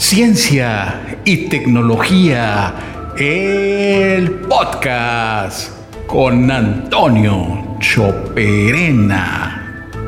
Ciencia y tecnología, el podcast con Antonio Choperena.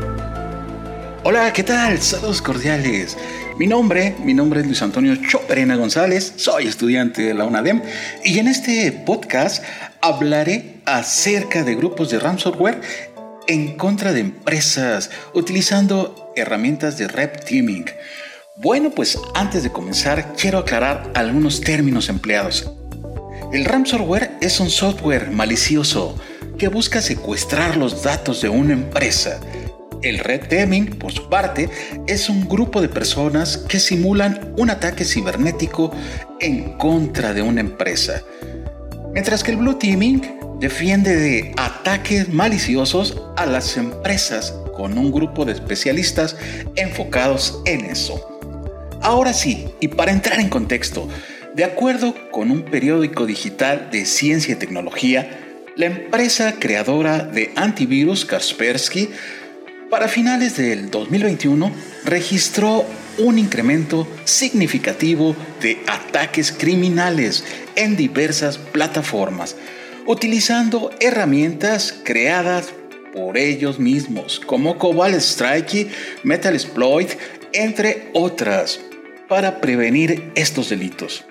Hola, ¿qué tal? Saludos cordiales. Mi nombre es Luis Antonio Choperena González, soy estudiante de la UNADEM y en este podcast hablaré acerca de grupos de ransomware en contra de empresas utilizando herramientas de red teaming. Bueno, pues antes de comenzar quiero aclarar algunos términos empleados. El ransomware es un software malicioso que busca secuestrar los datos de una empresa. El red teaming, por su parte, es un grupo de personas que simulan un ataque cibernético en contra de una empresa. Mientras que el blue teaming defiende de ataques maliciosos a las empresas con un grupo de especialistas enfocados en eso. Ahora sí, y para entrar en contexto, de acuerdo con un periódico digital de ciencia y tecnología, la empresa creadora de antivirus Kaspersky, para finales del 2021, registró un incremento significativo de ataques criminales en diversas plataformas, utilizando herramientas creadas por ellos mismos, como Cobalt Strike, Metasploit, entre otras, para prevenir estos delitos.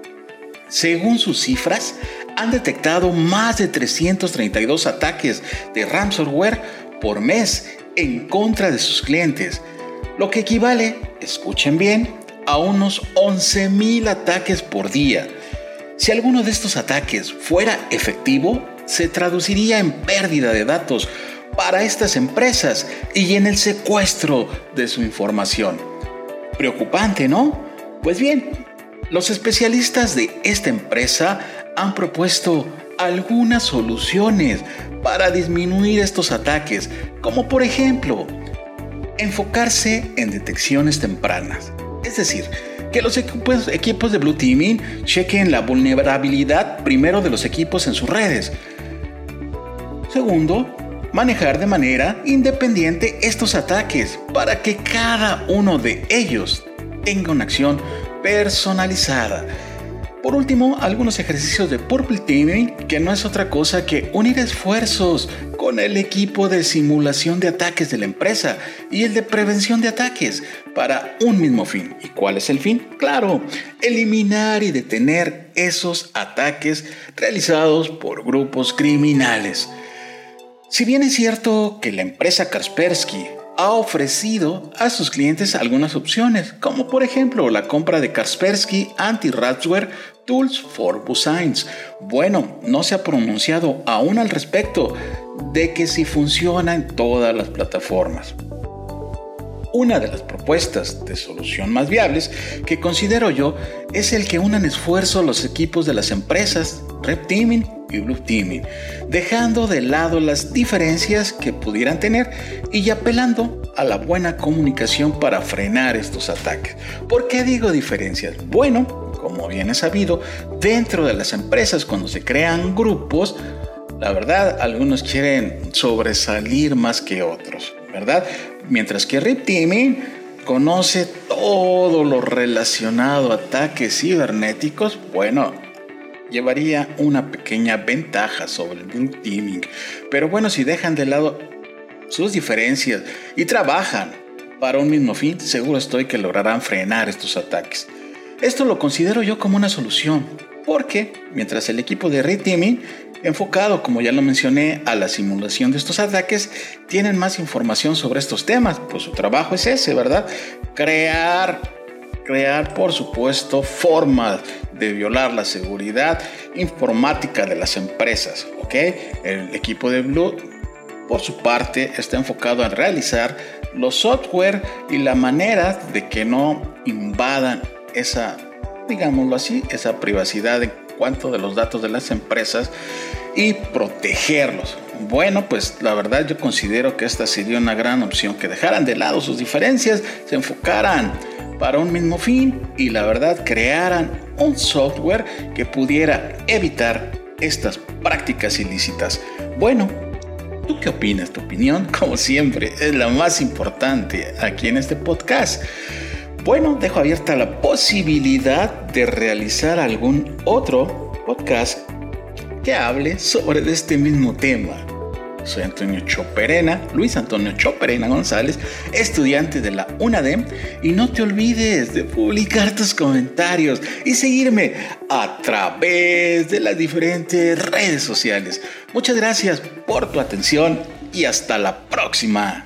Según sus cifras, han detectado más de 332 ataques de ransomware por mes en contra de sus clientes, lo que equivale, escuchen bien, a unos 11,000 ataques por día. Si alguno de estos ataques fuera efectivo, se traduciría en pérdida de datos para estas empresas y en el secuestro de su información. Preocupante, ¿no? Pues bien, los especialistas de esta empresa han propuesto algunas soluciones para disminuir estos ataques, como por ejemplo, enfocarse en detecciones tempranas. Es decir, que los equipos de Blue Teaming chequen la vulnerabilidad primero de los equipos en sus redes. Segundo, manejar de manera independiente estos ataques para que cada uno de ellos tenga una acción personalizada. Por último, algunos ejercicios de Purple Teaming, que no es otra cosa que unir esfuerzos con el equipo de simulación de ataques de la empresa y el de prevención de ataques para un mismo fin. ¿Y cuál es el fin? Claro, eliminar y detener esos ataques realizados por grupos criminales. Si bien es cierto que la empresa Kaspersky ha ofrecido a sus clientes algunas opciones, como por ejemplo la compra de Kaspersky Anti-Ransomware Tools for Business. Bueno, no se ha pronunciado aún al respecto de que si funciona en todas las plataformas. Una de las propuestas de solución más viables que considero yo es el que unan esfuerzo los equipos de las empresas Red Teaming y Blue Teaming, dejando de lado las diferencias que pudieran tener y apelando a la buena comunicación para frenar estos ataques. ¿Por qué digo diferencias? Bueno, como bien es sabido, dentro de las empresas cuando se crean grupos, la verdad, algunos quieren sobresalir más que otros, ¿verdad? Mientras que Red Teaming conoce todo lo relacionado a ataques cibernéticos, bueno, llevaría una pequeña ventaja sobre el Blue Teaming. Pero bueno, si dejan de lado sus diferencias y trabajan para un mismo fin, seguro estoy que lograrán frenar estos ataques. Esto lo considero yo como una solución, porque mientras el equipo de Red Teaming, enfocado, como ya lo mencioné, a la simulación de estos ataques, tienen más información sobre estos temas, pues su trabajo es ese, ¿verdad? Crear, por supuesto, formas de violar la seguridad informática de las empresas, ¿ok? El equipo de Blue, por su parte, está enfocado en realizar los software y la manera de que no invadan esa, digámoslo así, esa privacidad en cuanto de los datos de las empresas y protegerlos. Bueno, pues la verdad yo considero que esta sería una gran opción, que dejaran de lado sus diferencias, se enfocaran para un mismo fin y la verdad crearan un software que pudiera evitar estas prácticas ilícitas. Bueno, ¿tú qué opinas? Tu opinión, como siempre, es la más importante aquí en este podcast. Bueno, dejo abierta la posibilidad de realizar algún otro podcast que hable sobre este mismo tema. Soy Antonio Choperena, Luis Antonio Choperena González, estudiante de la UNADEM, y no te olvides de publicar tus comentarios y seguirme a través de las diferentes redes sociales. Muchas gracias por tu atención y hasta la próxima.